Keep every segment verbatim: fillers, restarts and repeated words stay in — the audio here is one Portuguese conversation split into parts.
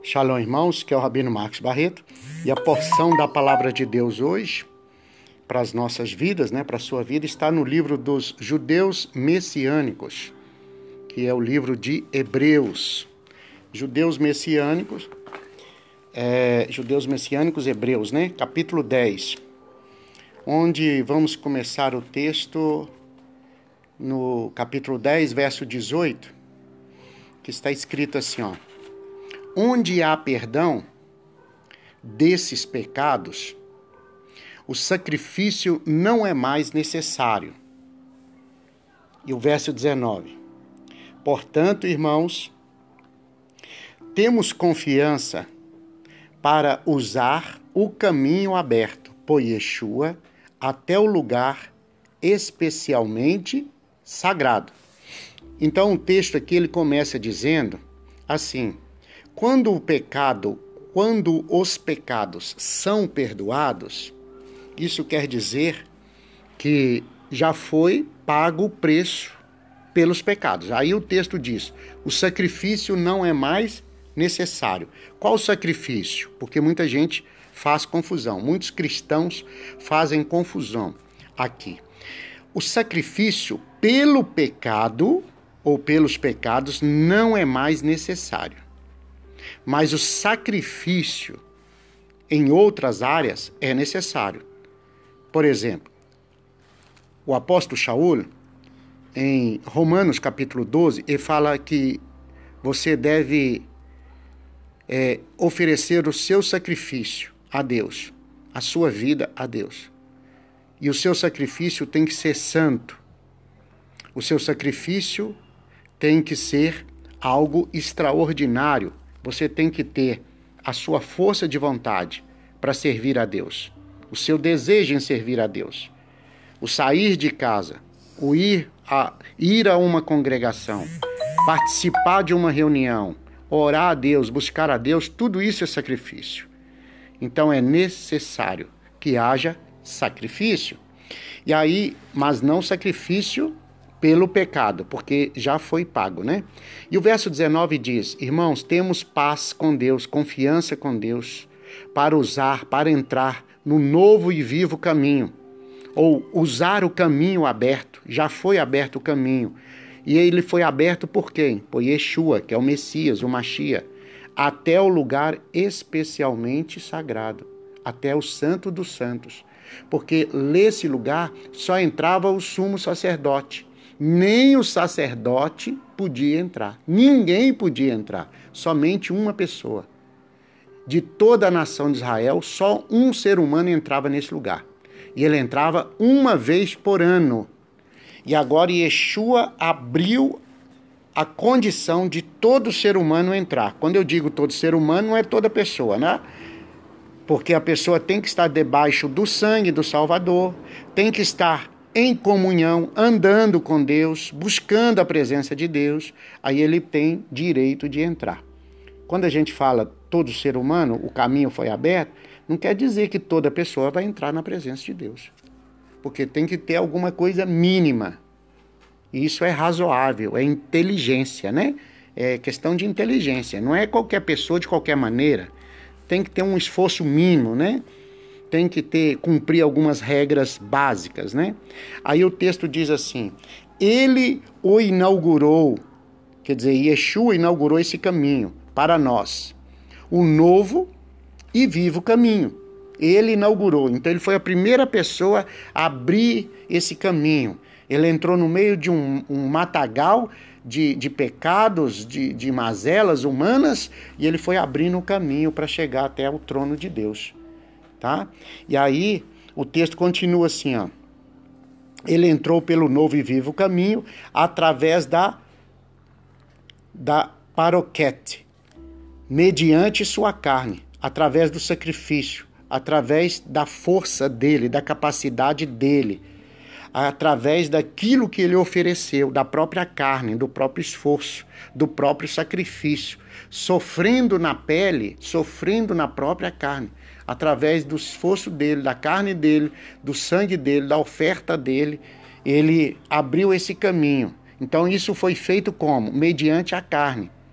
Shalom, irmãos, que é o Rabino Marcos Barreto. E a porção da palavra de Deus hoje, para as nossas vidas, né, para a sua vida, está no livro dos Judeus Messiânicos, que é o livro de Hebreus. Judeus Messiânicos, é, Judeus Messiânicos Hebreus, né, capítulo dez, onde vamos começar o texto no capítulo dez, verso dezoito, que está escrito assim, ó: onde há perdão desses pecados, o sacrifício não é mais necessário. E o verso dezenove: portanto, irmãos, temos confiança para usar o caminho aberto por Yeshua até o lugar especialmente sagrado. Então o texto aqui ele começa dizendo assim: quando o pecado, quando os pecados são perdoados, isso quer dizer que já foi pago o preço pelos pecados. Aí o texto diz: o sacrifício não é mais necessário. Qual sacrifício? Porque muita gente faz confusão, muitos cristãos fazem confusão aqui. O sacrifício pelo pecado ou pelos pecados não é mais necessário. Mas o sacrifício em outras áreas é necessário. Por exemplo, o apóstolo Shaul, em Romanos capítulo doze, ele fala que você deve é, oferecer o seu sacrifício a Deus, a sua vida a Deus. E o seu sacrifício tem que ser santo. O seu sacrifício tem que ser algo extraordinário. Você tem que ter a sua força de vontade para servir a Deus, o seu desejo em servir a Deus, o sair de casa, o ir a, ir a uma congregação, participar de uma reunião, orar a Deus, buscar a Deus, tudo isso é sacrifício. Então é necessário que haja sacrifício. E aí, mas não sacrifício pelo pecado, porque já foi pago, né? E o verso dezenove diz: irmãos, temos paz com Deus, confiança com Deus, para usar, para entrar no novo e vivo caminho, ou usar o caminho aberto. Já foi aberto o caminho. E ele foi aberto por quem? Por Yeshua, que é o Messias, o Mashiach, até o lugar especialmente sagrado, até o Santo dos Santos. Porque nesse lugar só entrava o sumo sacerdote. Nem o sacerdote podia entrar. Ninguém podia entrar. Somente uma pessoa. De toda a nação de Israel, só um ser humano entrava nesse lugar. E ele entrava uma vez por ano. E agora Yeshua abriu a condição de todo ser humano entrar. Quando eu digo todo ser humano, não é toda pessoa, né? Porque a pessoa tem que estar debaixo do sangue do Salvador, tem que estar em comunhão, andando com Deus, buscando a presença de Deus, aí ele tem direito de entrar. Quando a gente fala todo ser humano, o caminho foi aberto, não quer dizer que toda pessoa vai entrar na presença de Deus. Porque tem que ter alguma coisa mínima. E isso é razoável, é inteligência, né? É questão de inteligência. Não é qualquer pessoa de qualquer maneira. Tem que ter um esforço mínimo, né? Tem que ter, cumprir algumas regras básicas, né? Aí o texto diz assim: ele o inaugurou, quer dizer, Yeshua inaugurou esse caminho para nós, o novo e vivo caminho. Ele inaugurou, então ele foi a primeira pessoa a abrir esse caminho. Ele entrou no meio de um, um matagal de, de pecados, de, de mazelas humanas, e ele foi abrindo o caminho para chegar até o trono de Deus. Tá? E aí o texto continua assim, ó: ele entrou pelo novo e vivo caminho através da da paroquete, mediante sua carne, através do sacrifício, através da força dele, da capacidade dele, através daquilo que ele ofereceu, da própria carne, do próprio esforço, do próprio sacrifício, sofrendo na pele, sofrendo na própria carne, através do esforço dele, da carne dele, do sangue dele, da oferta dele, ele abriu esse caminho. Então isso foi feito como? Mediante a carne.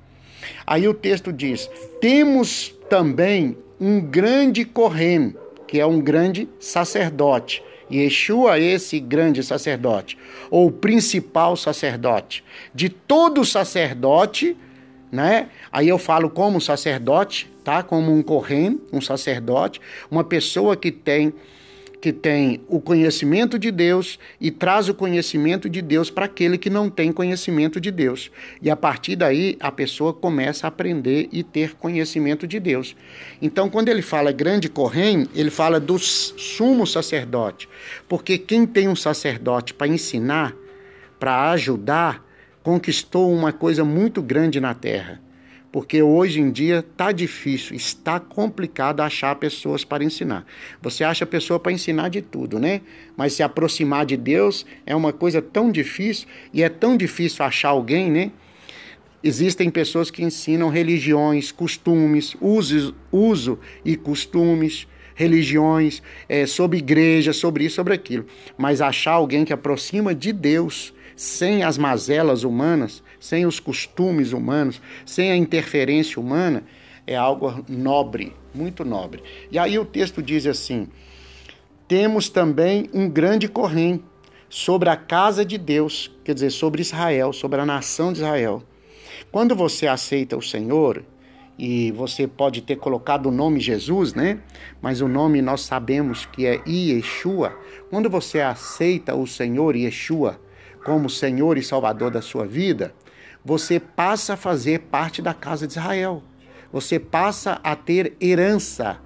Aí o texto diz: temos também um grande Kohen, que é um grande sacerdote. Yeshua é esse grande sacerdote, ou principal sacerdote. De todo sacerdote, né? Aí eu falo como sacerdote, tá? Como um Kohen, um sacerdote, uma pessoa que tem que tem o conhecimento de Deus e traz o conhecimento de Deus para aquele que não tem conhecimento de Deus. E a partir daí a pessoa começa a aprender e ter conhecimento de Deus. Então, quando ele fala grande Kohen, ele fala do sumo sacerdote, porque quem tem um sacerdote para ensinar, para ajudar, conquistou uma coisa muito grande na terra. Porque hoje em dia está difícil, está complicado achar pessoas para ensinar. Você acha pessoa para ensinar de tudo, né? Mas se aproximar de Deus é uma coisa tão difícil, e é tão difícil achar alguém, né? Existem pessoas que ensinam religiões, costumes, uso, uso e costumes, religiões, é, sobre igreja, sobre isso, sobre aquilo. Mas achar alguém que aproxima de Deus, sem as mazelas humanas, sem os costumes humanos, sem a interferência humana, é algo nobre, muito nobre. E aí o texto diz assim: temos também um grande Kohen sobre a casa de Deus, quer dizer, sobre Israel, sobre a nação de Israel. Quando você aceita o Senhor, e você pode ter colocado o nome Jesus, né? Mas o nome nós sabemos que é Yeshua. Quando você aceita o Senhor Yeshua como Senhor e Salvador da sua vida, você passa a fazer parte da casa de Israel. Você passa a ter herança,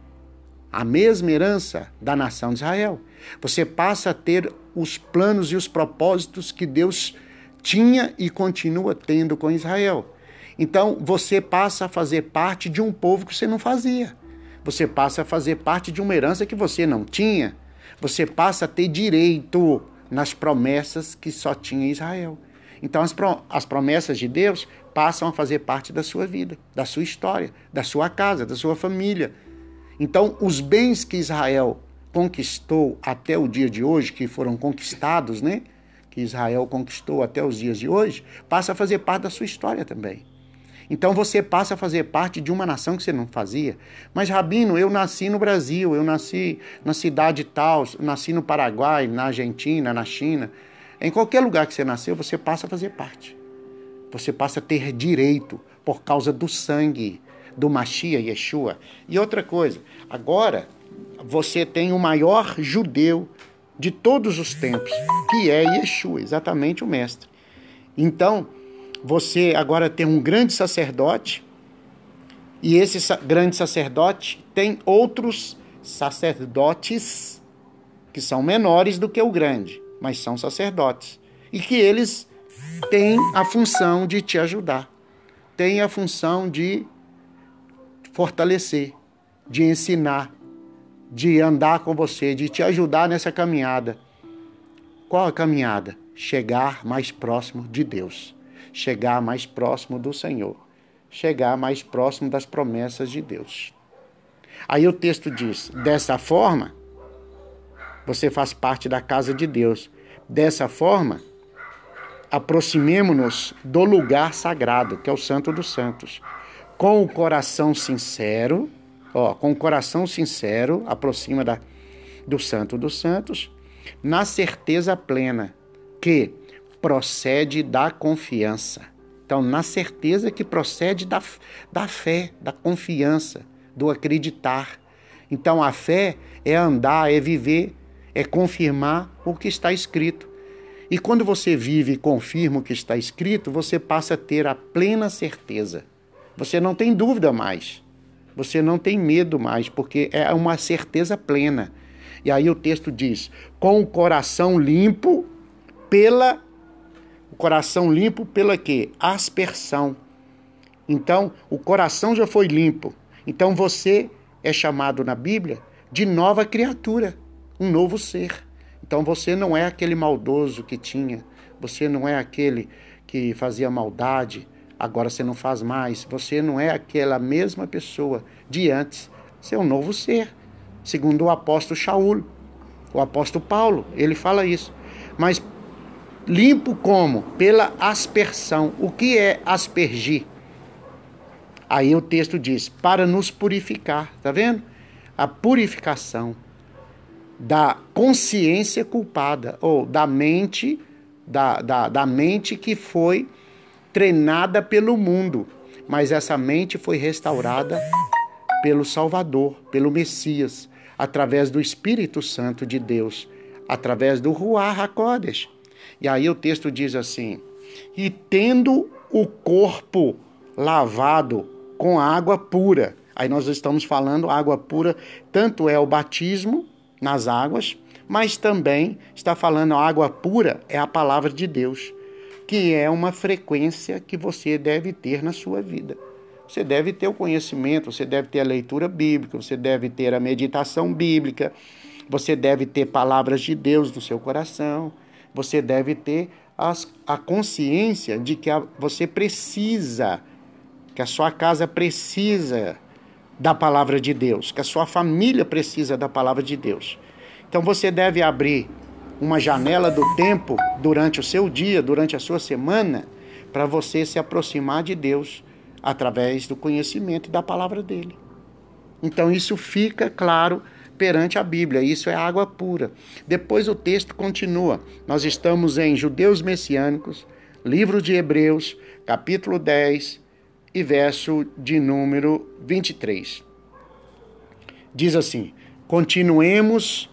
a mesma herança da nação de Israel. Você passa a ter os planos e os propósitos que Deus tinha e continua tendo com Israel. Então, você passa a fazer parte de um povo que você não fazia. Você passa a fazer parte de uma herança que você não tinha. Você passa a ter direito nas promessas que só tinha Israel. Então as, pro, as promessas de Deus passam a fazer parte da sua vida, da sua história, da sua casa, da sua família. Então os bens que Israel conquistou até o dia de hoje, que foram conquistados, né? Que Israel conquistou até os dias de hoje, passa a fazer parte da sua história também. Então você passa a fazer parte de uma nação que você não fazia. Mas, Rabino, eu nasci no Brasil, eu nasci na cidade tal, nasci no Paraguai, na Argentina, na China. Em qualquer lugar que você nasceu, você passa a fazer parte. Você passa a ter direito por causa do sangue do Mashiach, Yeshua. E outra coisa, agora você tem o maior judeu de todos os tempos, que é Yeshua, exatamente o mestre. Então, você agora tem um grande sacerdote, e esse grande sacerdote tem outros sacerdotes que são menores do que o grande, mas são sacerdotes, e que eles têm a função de te ajudar, têm a função de fortalecer, de ensinar, de andar com você, de te ajudar nessa caminhada. Qual a caminhada? Chegar mais próximo de Deus. Chegar mais próximo do Senhor, chegar mais próximo das promessas de Deus. Aí o texto diz: dessa forma, você faz parte da casa de Deus. Dessa forma, aproximemo-nos do lugar sagrado, que é o Santo dos Santos, com o coração sincero, ó, com o coração sincero, aproxima da, do Santo dos Santos, na certeza plena que procede da confiança. Então, na certeza que procede da, da fé, da confiança, do acreditar. Então, a fé é andar, é viver, é confirmar o que está escrito. E quando você vive e confirma o que está escrito, você passa a ter a plena certeza. Você não tem dúvida mais. Você não tem medo mais, porque é uma certeza plena. E aí o texto diz: com o coração limpo pela O coração limpo pela quê? Aspersão. Então, o coração já foi limpo. Então, você é chamado na Bíblia de nova criatura, um novo ser. Então, você não é aquele maldoso que tinha. Você não é aquele que fazia maldade, agora você não faz mais. Você não é aquela mesma pessoa de antes. Você é um novo ser. Segundo o apóstolo Shaul, o apóstolo Paulo, ele fala isso. Mas limpo como? Pela aspersão. O que é aspergir? Aí o texto diz, para nos purificar, tá vendo? A purificação da consciência culpada, ou da mente, da, da, da mente que foi treinada pelo mundo, mas essa mente foi restaurada pelo Salvador, pelo Messias, através do Espírito Santo de Deus, através do Ruach HaKodesh. E aí o texto diz assim, e tendo o corpo lavado com água pura. Aí nós estamos falando água pura, tanto é o batismo nas águas, mas também está falando a água pura é a palavra de Deus, que é uma frequência que você deve ter na sua vida. Você deve ter o conhecimento, você deve ter a leitura bíblica, você deve ter a meditação bíblica, você deve ter palavras de Deus no seu coração, você deve ter as, a consciência de que a, você precisa, que a sua casa precisa da palavra de Deus, que a sua família precisa da palavra de Deus. Então você deve abrir uma janela do tempo durante o seu dia, durante a sua semana, para você se aproximar de Deus através do conhecimento da palavra dele. Então isso fica claro perante a Bíblia, isso é água pura. Depois o texto continua, nós estamos em Judeus Messiânicos, livro de Hebreus, capítulo dez, e verso de número vinte e três. Diz assim, continuemos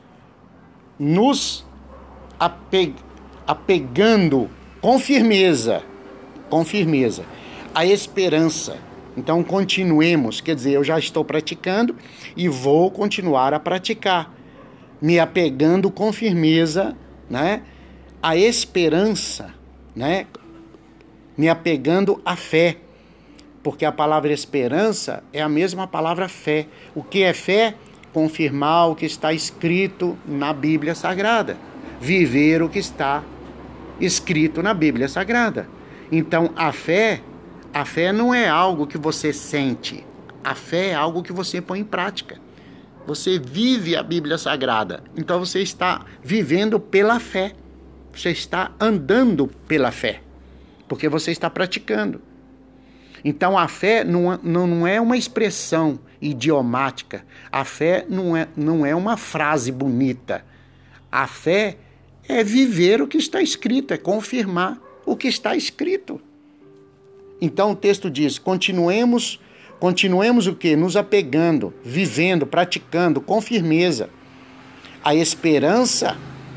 nos apeg- apegando com firmeza, com firmeza, a esperança. Então continuemos, quer dizer, eu já estou praticando e vou continuar a praticar, me apegando com firmeza, né, a esperança, né, me apegando à fé, porque a palavra esperança é a mesma palavra fé. O que é fé? Confirmar o que está escrito na Bíblia Sagrada, viver o que está escrito na Bíblia Sagrada. Então a fé A fé não é algo que você sente. A fé é algo que você põe em prática. Você vive a Bíblia Sagrada. Então você está vivendo pela fé. Você está andando pela fé. Porque você está praticando. Então a fé não, não é uma expressão idiomática. A fé não é, não é uma frase bonita. A fé é viver o que está escrito, é confirmar o que está escrito. Então o texto diz, continuemos, continuemos o quê? Nos apegando, vivendo, praticando com firmeza a esperança.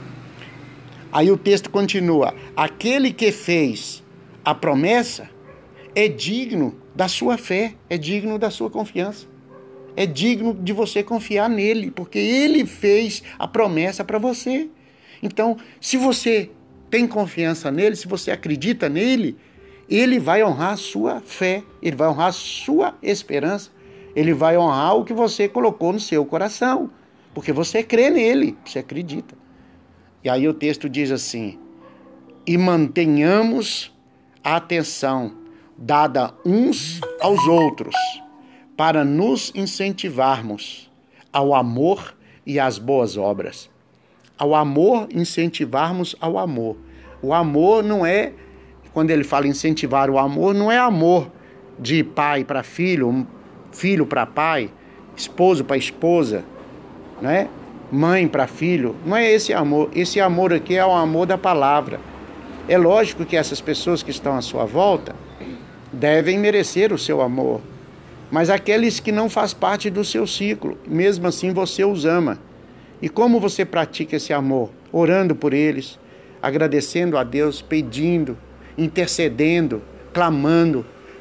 Aí o texto continua, aquele que fez a promessa é digno da sua fé, é digno da sua confiança, é digno de você confiar nele, porque ele fez a promessa para você. Então, se você tem confiança nele, se você acredita nele, ele vai honrar a sua fé, ele vai honrar a sua esperança, ele vai honrar o que você colocou no seu coração, porque você crê nele, você acredita. E aí o texto diz assim, e mantenhamos a atenção dada uns aos outros, para nos incentivarmos ao amor e às boas obras. Ao amor, incentivarmos ao amor. O amor não é, quando ele fala incentivar o amor, não é amor de pai para filho, filho para pai, esposo para esposa, né? Mãe para filho. Não é esse amor. Esse amor aqui é o amor da palavra. É lógico que essas pessoas que estão à sua volta devem merecer o seu amor, mas aqueles que não fazem parte do seu ciclo, mesmo assim você os ama. E como você pratica esse amor? Orando por eles, agradecendo a Deus, pedindo, intercedendo, clamando.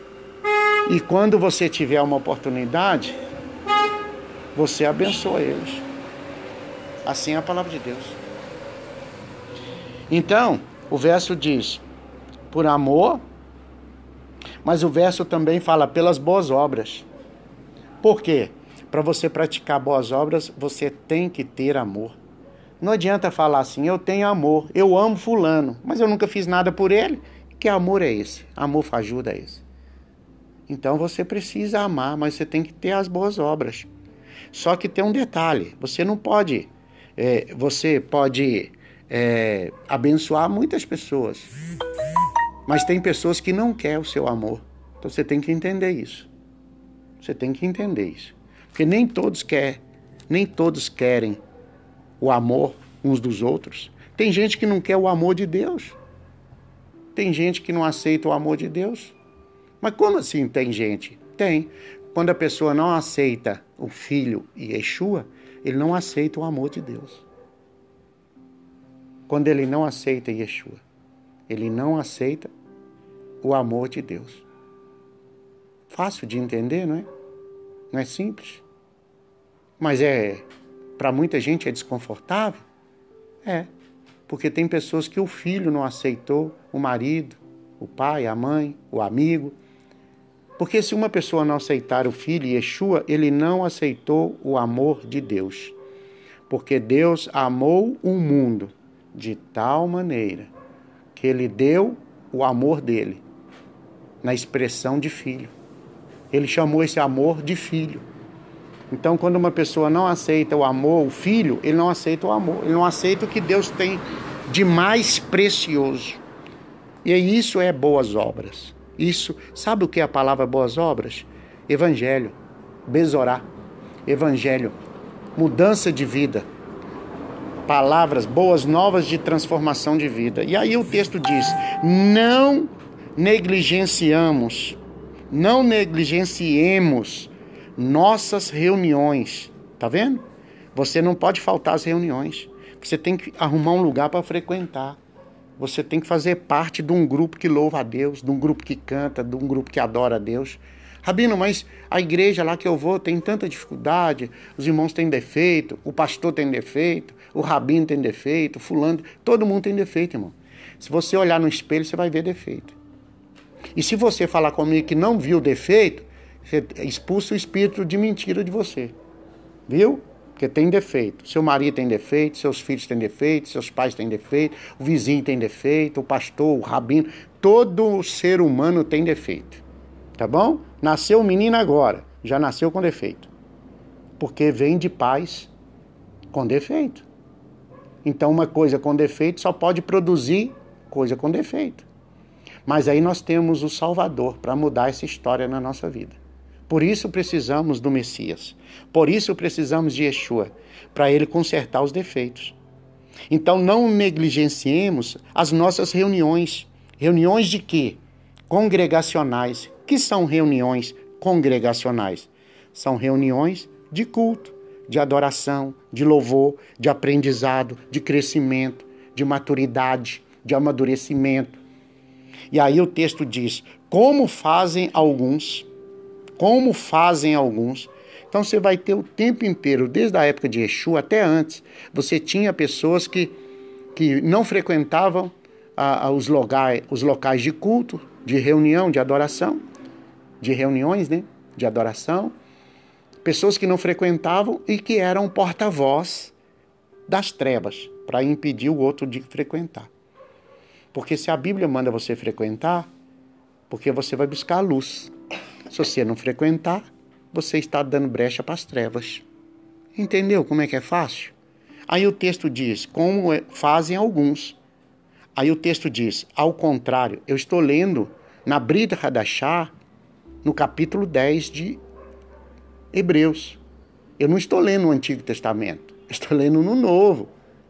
E quando você tiver uma oportunidade, você abençoa eles. Assim é a palavra de Deus. Então, o verso diz, por amor, mas o verso também fala pelas boas obras. Por quê? Para você praticar boas obras, você tem que ter amor. Não adianta falar assim, eu tenho amor, eu amo fulano, mas eu nunca fiz nada por ele. Que amor é esse? Amor fajuda é esse? Então você precisa amar, mas você tem que ter as boas obras. Só que tem um detalhe, você não pode, é, você pode é, abençoar muitas pessoas, mas tem pessoas que não querem o seu amor. Então você tem que entender isso. Você tem que entender isso. Porque nem todos querem, nem todos querem o amor uns dos outros. Tem gente que não quer o amor de Deus. Tem gente que não aceita o amor de Deus. Mas como assim tem gente? Tem. Quando a pessoa não aceita o Filho e Yeshua, ele não aceita o amor de Deus. Quando ele não aceita Yeshua, ele não aceita o amor de Deus. Fácil de entender, não é? Não é simples. Mas é, para muita gente é desconfortável. É, porque tem pessoas que o filho não aceitou, o marido, o pai, a mãe, o amigo. Porque se uma pessoa não aceitar o Filho Yeshua, ele não aceitou o amor de Deus. Porque Deus amou o mundo de tal maneira que ele deu o amor dele na expressão de filho. Ele chamou esse amor de filho. Então, quando uma pessoa não aceita o amor, o filho, ele não aceita o amor. Ele não aceita o que Deus tem de mais precioso. E isso é boas obras. Isso, sabe o que é a palavra boas obras? Evangelho, Bezorá, Evangelho, mudança de vida, palavras, boas novas de transformação de vida. E aí o texto diz, não negligenciamos, não negligenciemos nossas reuniões. Tá vendo? Você não pode faltar às reuniões. Você tem que arrumar um lugar para frequentar. Você tem que fazer parte de um grupo que louva a Deus, de um grupo que canta, de um grupo que adora a Deus. Rabino, mas a igreja lá que eu vou tem tanta dificuldade, os irmãos têm defeito, o pastor tem defeito, o rabino tem defeito, o fulano, todo mundo tem defeito, irmão. Se você olhar no espelho, você vai ver defeito. E se você falar comigo que não viu defeito, você expulsa o espírito de mentira de você. Viu? Porque tem defeito. Seu marido tem defeito, seus filhos têm defeito, seus pais têm defeito, o vizinho tem defeito, o pastor, o rabino, todo ser humano tem defeito. Tá bom? Nasceu um menino agora, já nasceu com defeito. Porque vem de pais com defeito. Então uma coisa com defeito só pode produzir coisa com defeito. Mas aí nós temos o Salvador para mudar essa história na nossa vida. Por isso precisamos do Messias. Por isso precisamos de Yeshua, para ele consertar os defeitos. Então não negligenciemos as nossas reuniões. Reuniões de quê? Congregacionais. Que são reuniões congregacionais? São reuniões de culto, de adoração, de louvor, de aprendizado, de crescimento, de maturidade, de amadurecimento. E aí o texto diz, como fazem alguns... Como fazem alguns. Então você vai ter o tempo inteiro, desde a época de Yeshua até antes, você tinha pessoas que, que não frequentavam ah, os, locais, os locais de culto, de reunião, de adoração, de reuniões, né, de adoração. Pessoas que não frequentavam e que eram porta-voz das trevas, para impedir o outro de frequentar. Porque se a Bíblia manda você frequentar, porque você vai buscar a luz. Se você não frequentar, você está dando brecha para as trevas. Entendeu como é que é fácil? Aí o texto diz, como fazem alguns. Aí o texto diz, ao contrário, eu estou lendo na Brit Hadashah, no capítulo dez de Hebreus. Eu não estou lendo o Antigo Testamento, eu estou lendo no Novo.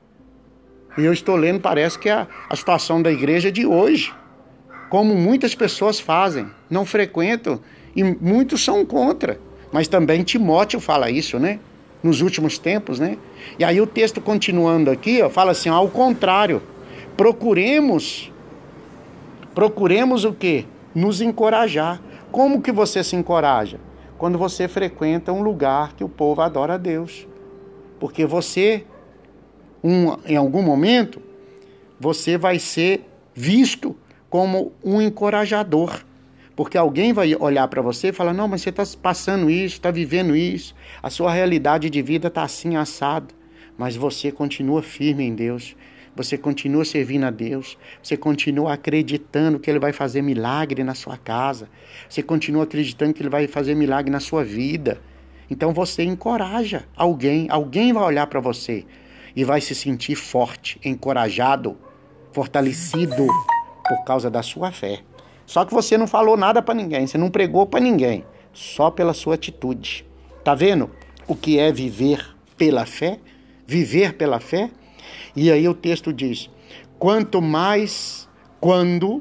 E eu estou lendo, parece que é a, a situação da igreja de hoje. Como muitas pessoas fazem, não frequentam, e muitos são contra. Mas também Timóteo fala isso, né? Nos últimos tempos, né? E aí o texto continuando aqui, ó, fala assim, ó, ao contrário, procuremos, procuremos o quê? Nos encorajar. Como que você se encoraja? Quando você frequenta um lugar que o povo adora a Deus. Porque você, um, em algum momento, você vai ser visto como um encorajador. Porque alguém vai olhar para você e falar, não, mas você está passando isso, está vivendo isso, a sua realidade de vida está assim, assado. Mas você continua firme em Deus, você continua servindo a Deus, você continua acreditando que Ele vai fazer milagre na sua casa, você continua acreditando que Ele vai fazer milagre na sua vida. Então você encoraja alguém, alguém vai olhar para você e vai se sentir forte, encorajado, fortalecido por causa da sua fé. Só que você não falou nada para ninguém, você não pregou para ninguém. só pela sua atitude. Tá vendo o que é viver pela fé? Viver pela fé? E aí o texto diz: quanto mais quando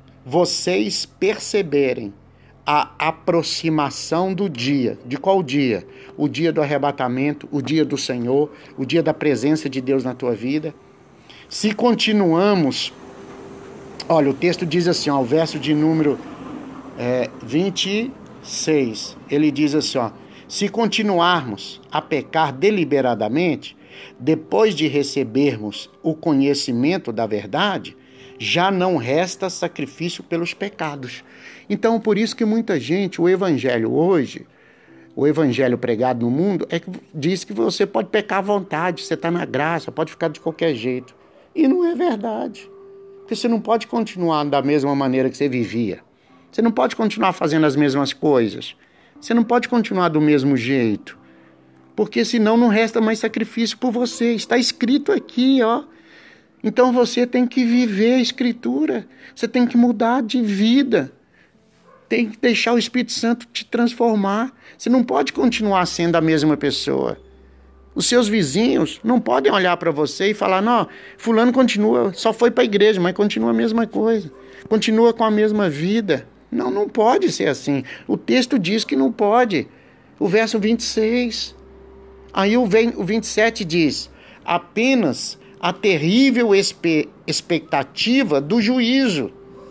vocês perceberem a aproximação do dia. De qual dia? O dia do arrebatamento, o dia do Senhor, o dia da presença de Deus na tua vida. Se continuamos, olha, o texto diz assim, ó, o verso de número é, vinte e seis, ele diz assim, ó, se continuarmos a pecar deliberadamente, depois de recebermos o conhecimento da verdade, já não resta sacrifício pelos pecados. Então, por isso que muita gente, o evangelho hoje, o evangelho pregado no mundo, é que diz que você pode pecar à vontade, você está na graça, pode ficar de qualquer jeito. E não é verdade. Porque você não pode continuar da mesma maneira que você vivia. Você não pode continuar fazendo as mesmas coisas. Você não pode continuar do mesmo jeito. Porque senão não resta mais sacrifício por você. Está escrito aqui, ó. Então você tem que viver a Escritura, você tem que mudar de vida, tem que deixar o Espírito Santo te transformar. Você não pode continuar sendo a mesma pessoa. Os seus vizinhos não podem olhar para você e falar, não, fulano continua, só foi para a igreja, mas continua a mesma coisa, continua com a mesma vida. Não, não pode ser assim. O texto diz que não pode. O verso vinte e seis. Aí o vinte e sete diz, apenas a terrível espe- expectativa do juízo,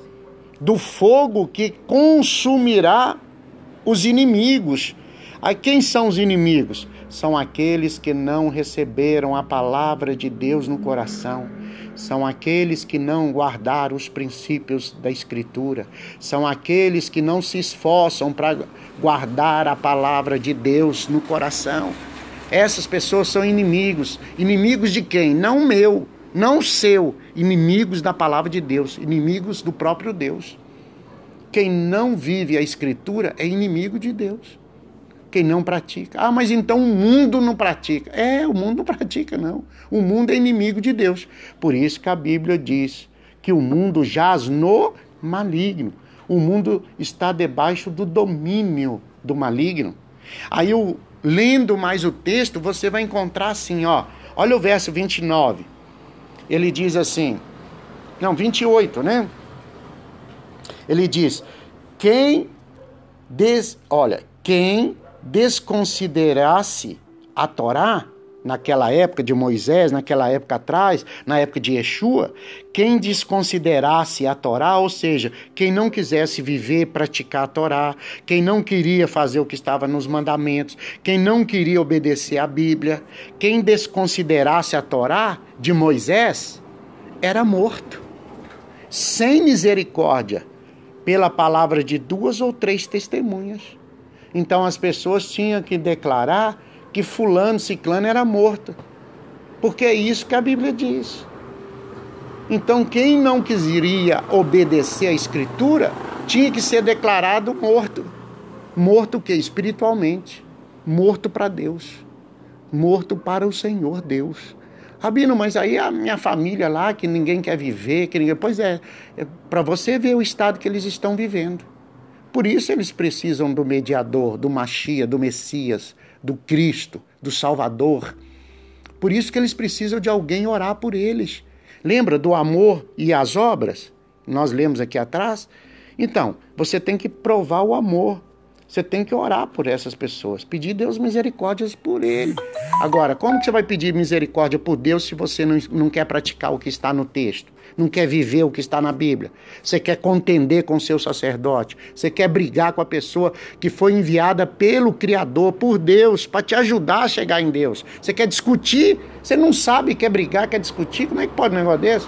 do fogo que consumirá os inimigos. Aí quem são os inimigos? São aqueles que não receberam a palavra de Deus no coração. São aqueles que não guardaram os princípios da Escritura. São aqueles que não se esforçam para guardar a palavra de Deus no coração. Essas pessoas são inimigos. Inimigos de quem? Não meu, não seu. Inimigos da palavra de Deus. Inimigos do próprio Deus. Quem não vive a Escritura é inimigo de Deus. Quem não pratica. Ah, mas então o mundo não pratica. É, o mundo não pratica, não. O mundo é inimigo de Deus. Por isso que a Bíblia diz que o mundo jaz no maligno. O mundo está debaixo do domínio do maligno. Aí o lendo mais o texto, você vai encontrar assim, ó. Olha o verso vinte e nove. Ele diz assim, não, vinte e oito, né? Ele diz, quem des, olha, quem desconsiderasse a Torá, naquela época de Moisés, naquela época atrás, na época de Yeshua, quem desconsiderasse a Torá, ou seja, quem não quisesse viver, praticar a Torá, quem não queria fazer o que estava nos mandamentos, quem não queria obedecer à Bíblia, quem desconsiderasse a Torá de Moisés, era morto, sem misericórdia, pela palavra de duas ou três testemunhas. Então as pessoas tinham que declarar que fulano, ciclano era morto. Porque é isso que a Bíblia diz. Então quem não queria obedecer à Escritura tinha que ser declarado morto. Morto o quê? Espiritualmente. Morto para Deus. Morto para o Senhor Deus. Rabino, mas aí a minha família lá, que ninguém quer viver, que ninguém... Pois é, é para você ver o estado que eles estão vivendo. Por isso eles precisam do mediador, do Machia, do Messias, do Cristo, do Salvador. Por isso que eles precisam de alguém orar por eles. Lembra do amor e as obras? Nós lemos aqui atrás. Então, você tem que provar o amor. Você tem que orar por essas pessoas. Pedir Deus misericórdias por ele. Agora, como que você vai pedir misericórdia por Deus se você não, não quer praticar o que está no texto? Não quer viver o que está na Bíblia? Você quer contender com o seu sacerdote? Você quer brigar com a pessoa que foi enviada pelo Criador, por Deus, para te ajudar a chegar em Deus? Você quer discutir? Você não sabe, quer brigar, quer discutir? Como é que pode um negócio desse?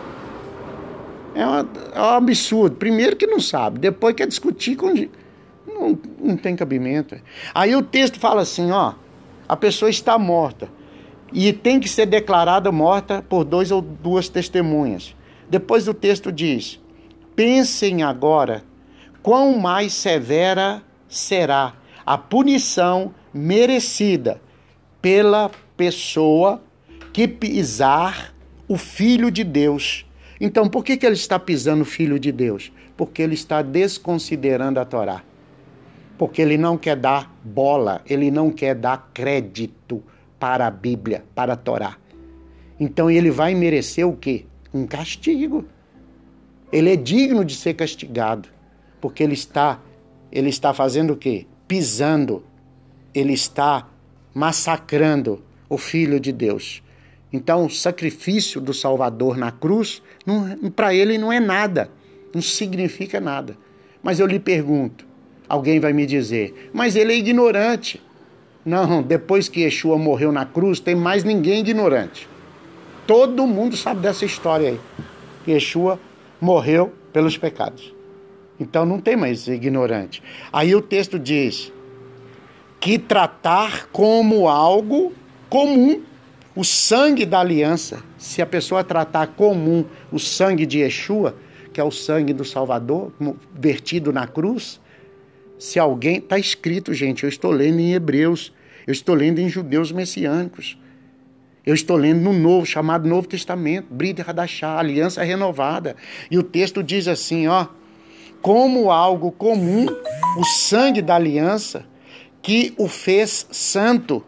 É um, é um absurdo. Primeiro que não sabe, depois quer discutir com... Não, não tem cabimento. Aí o texto fala assim, ó, a pessoa está morta e tem que ser declarada morta por dois ou duas testemunhas. Depois o texto diz, pensem agora quão mais severa será a punição merecida pela pessoa que pisar o Filho de Deus. Então, por que que ele está pisando o Filho de Deus? Porque ele está desconsiderando a Torá. Porque ele não quer dar bola, ele não quer dar crédito para a Bíblia, para a Torá. Então ele vai merecer o quê? Um castigo. Ele é digno de ser castigado, porque ele está, ele está fazendo o quê? Pisando, ele está massacrando o Filho de Deus. Então o sacrifício do Salvador na cruz, para ele não é nada, não significa nada. Mas eu lhe pergunto, alguém vai me dizer, mas ele é ignorante. Não, depois que Yeshua morreu na cruz, tem mais ninguém ignorante. Todo mundo sabe dessa história aí. Yeshua morreu pelos pecados. Então não tem mais ignorante. Aí o texto diz que tratar como algo comum o sangue da aliança, se a pessoa tratar comum o sangue de Yeshua, que é o sangue do Salvador, vertido na cruz, se alguém... Está escrito, gente, eu estou lendo em Hebreus, eu estou lendo em Judeus Messiânicos, eu estou lendo no Novo, chamado Novo Testamento, Brit Hadashah, Aliança Renovada. E o texto diz assim, ó, como algo comum, o sangue da aliança que o fez santo.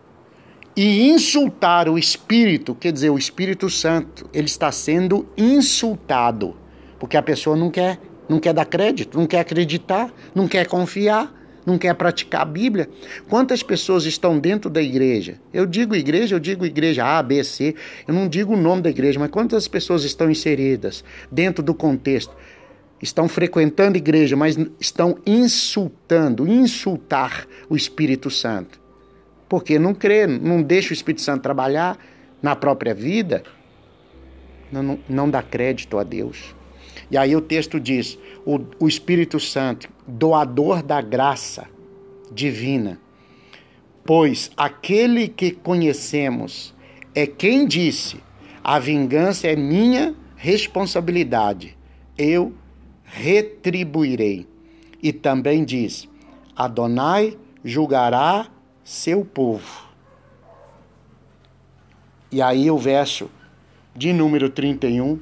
E insultar o Espírito, quer dizer, o Espírito Santo, ele está sendo insultado. Porque a pessoa não quer, não quer dar crédito, não quer acreditar, não quer confiar, não quer praticar a Bíblia. Quantas pessoas estão dentro da igreja? Eu digo igreja, eu digo igreja A, B, C, eu não digo o nome da igreja, mas quantas pessoas estão inseridas dentro do contexto? Estão frequentando a igreja, mas estão insultando, insultar o Espírito Santo. Porque não crê, não deixa o Espírito Santo trabalhar na própria vida, não, não, não dá crédito a Deus. E aí o texto diz, o, o Espírito Santo, doador da graça divina, pois aquele que conhecemos é quem disse, a vingança é minha responsabilidade, eu retribuirei. E também diz, Adonai julgará seu povo. E aí o verso de número trinta e um,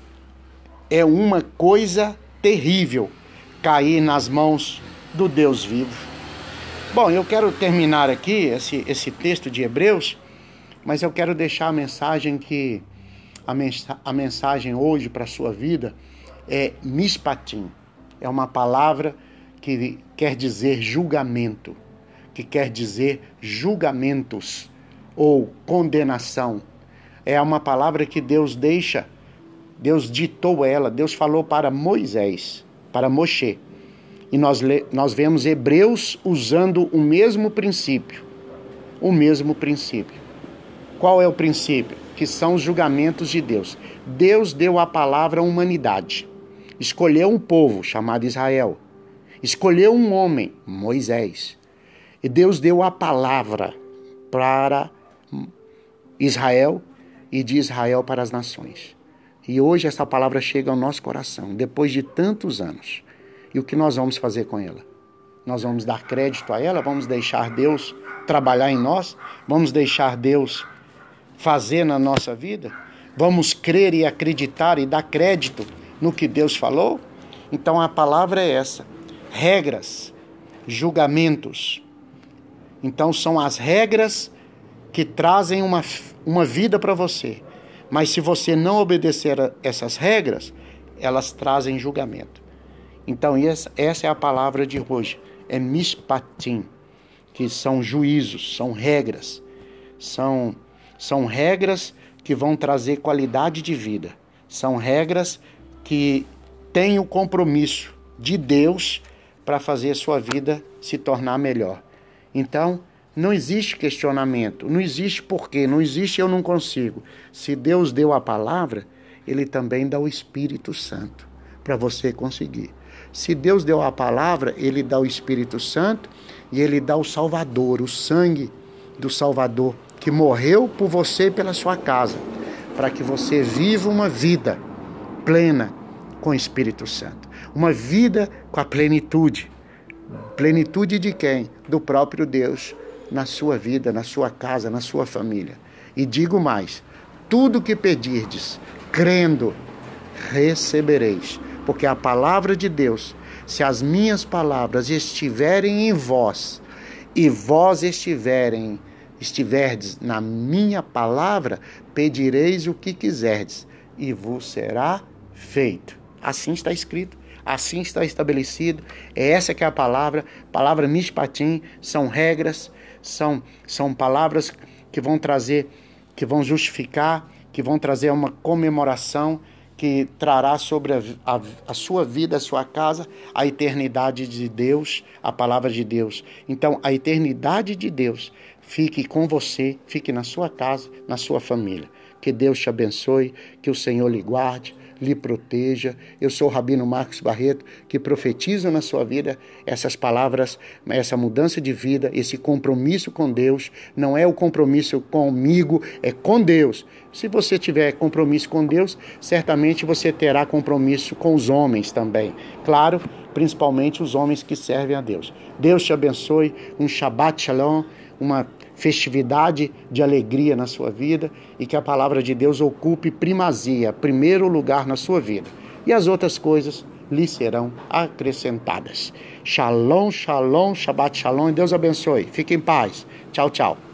é uma coisa terrível cair nas mãos do Deus vivo. Bom, eu quero terminar aqui esse, esse texto de Hebreus, mas eu quero deixar a mensagem que a, mensa, a mensagem hoje para a sua vida é mishpatim. É uma palavra que quer dizer julgamento, que quer dizer julgamentos ou condenação. É uma palavra que Deus deixa, Deus ditou ela, Deus falou para Moisés, para Moshe. E nós, nós vemos Hebreus usando o mesmo princípio, o mesmo princípio. Qual é o princípio? Que são os julgamentos de Deus. Deus deu a palavra à humanidade, escolheu um povo chamado Israel, escolheu um homem, Moisés, e Deus deu a palavra para Israel e de Israel para as nações. E hoje essa palavra chega ao nosso coração, depois de tantos anos. E o que nós vamos fazer com ela? Nós vamos dar crédito a ela? Vamos deixar Deus trabalhar em nós? Vamos deixar Deus fazer na nossa vida? Vamos crer e acreditar e dar crédito no que Deus falou? Então a palavra é essa. Regras, julgamentos. Então são as regras que trazem uma, uma vida para você. Mas se você não obedecer a essas regras, elas trazem julgamento. Então essa, essa é a palavra de hoje. É mishpatim, que são juízos, são regras. São, são regras que vão trazer qualidade de vida. São regras que têm o compromisso de Deus para fazer a sua vida se tornar melhor. Então, não existe questionamento, não existe porquê, não existe eu não consigo. Se Deus deu a palavra, Ele também dá o Espírito Santo para você conseguir. Se Deus deu a palavra, Ele dá o Espírito Santo e Ele dá o Salvador, o sangue do Salvador, que morreu por você e pela sua casa, para que você viva uma vida plena com o Espírito Santo. Uma vida com a plenitude. Plenitude de quem? Do próprio Deus, na sua vida, na sua casa, na sua família. E digo mais, tudo que pedirdes, crendo, recebereis, porque a palavra de Deus, se as minhas palavras estiverem em vós, e vós estiverem, estiverdes na minha palavra, pedireis o que quiserdes, e vos será feito. Assim está escrito, assim está estabelecido. Essa que é a palavra, palavra mishpatim, são regras, são, são palavras que vão trazer, que vão justificar, que vão trazer uma comemoração, que trará sobre a, a, a sua vida, a sua casa, a eternidade de Deus, a palavra de Deus. Então, a eternidade de Deus fique com você, fique na sua casa, na sua família. Que Deus te abençoe, que o Senhor lhe guarde, lhe proteja. Eu sou o Rabino Marcos Barreto, que profetizo na sua vida essas palavras, essa mudança de vida, esse compromisso com Deus. Não é o compromisso comigo, é com Deus. Se você tiver compromisso com Deus, certamente você terá compromisso com os homens também. Claro, principalmente os homens que servem a Deus. Deus te abençoe, um Shabbat Shalom, uma festividade de alegria na sua vida e que a palavra de Deus ocupe primazia, primeiro lugar na sua vida. E as outras coisas lhe serão acrescentadas. Shalom, shalom, Shabbat Shalom e Deus abençoe. Fique em paz. Tchau, tchau.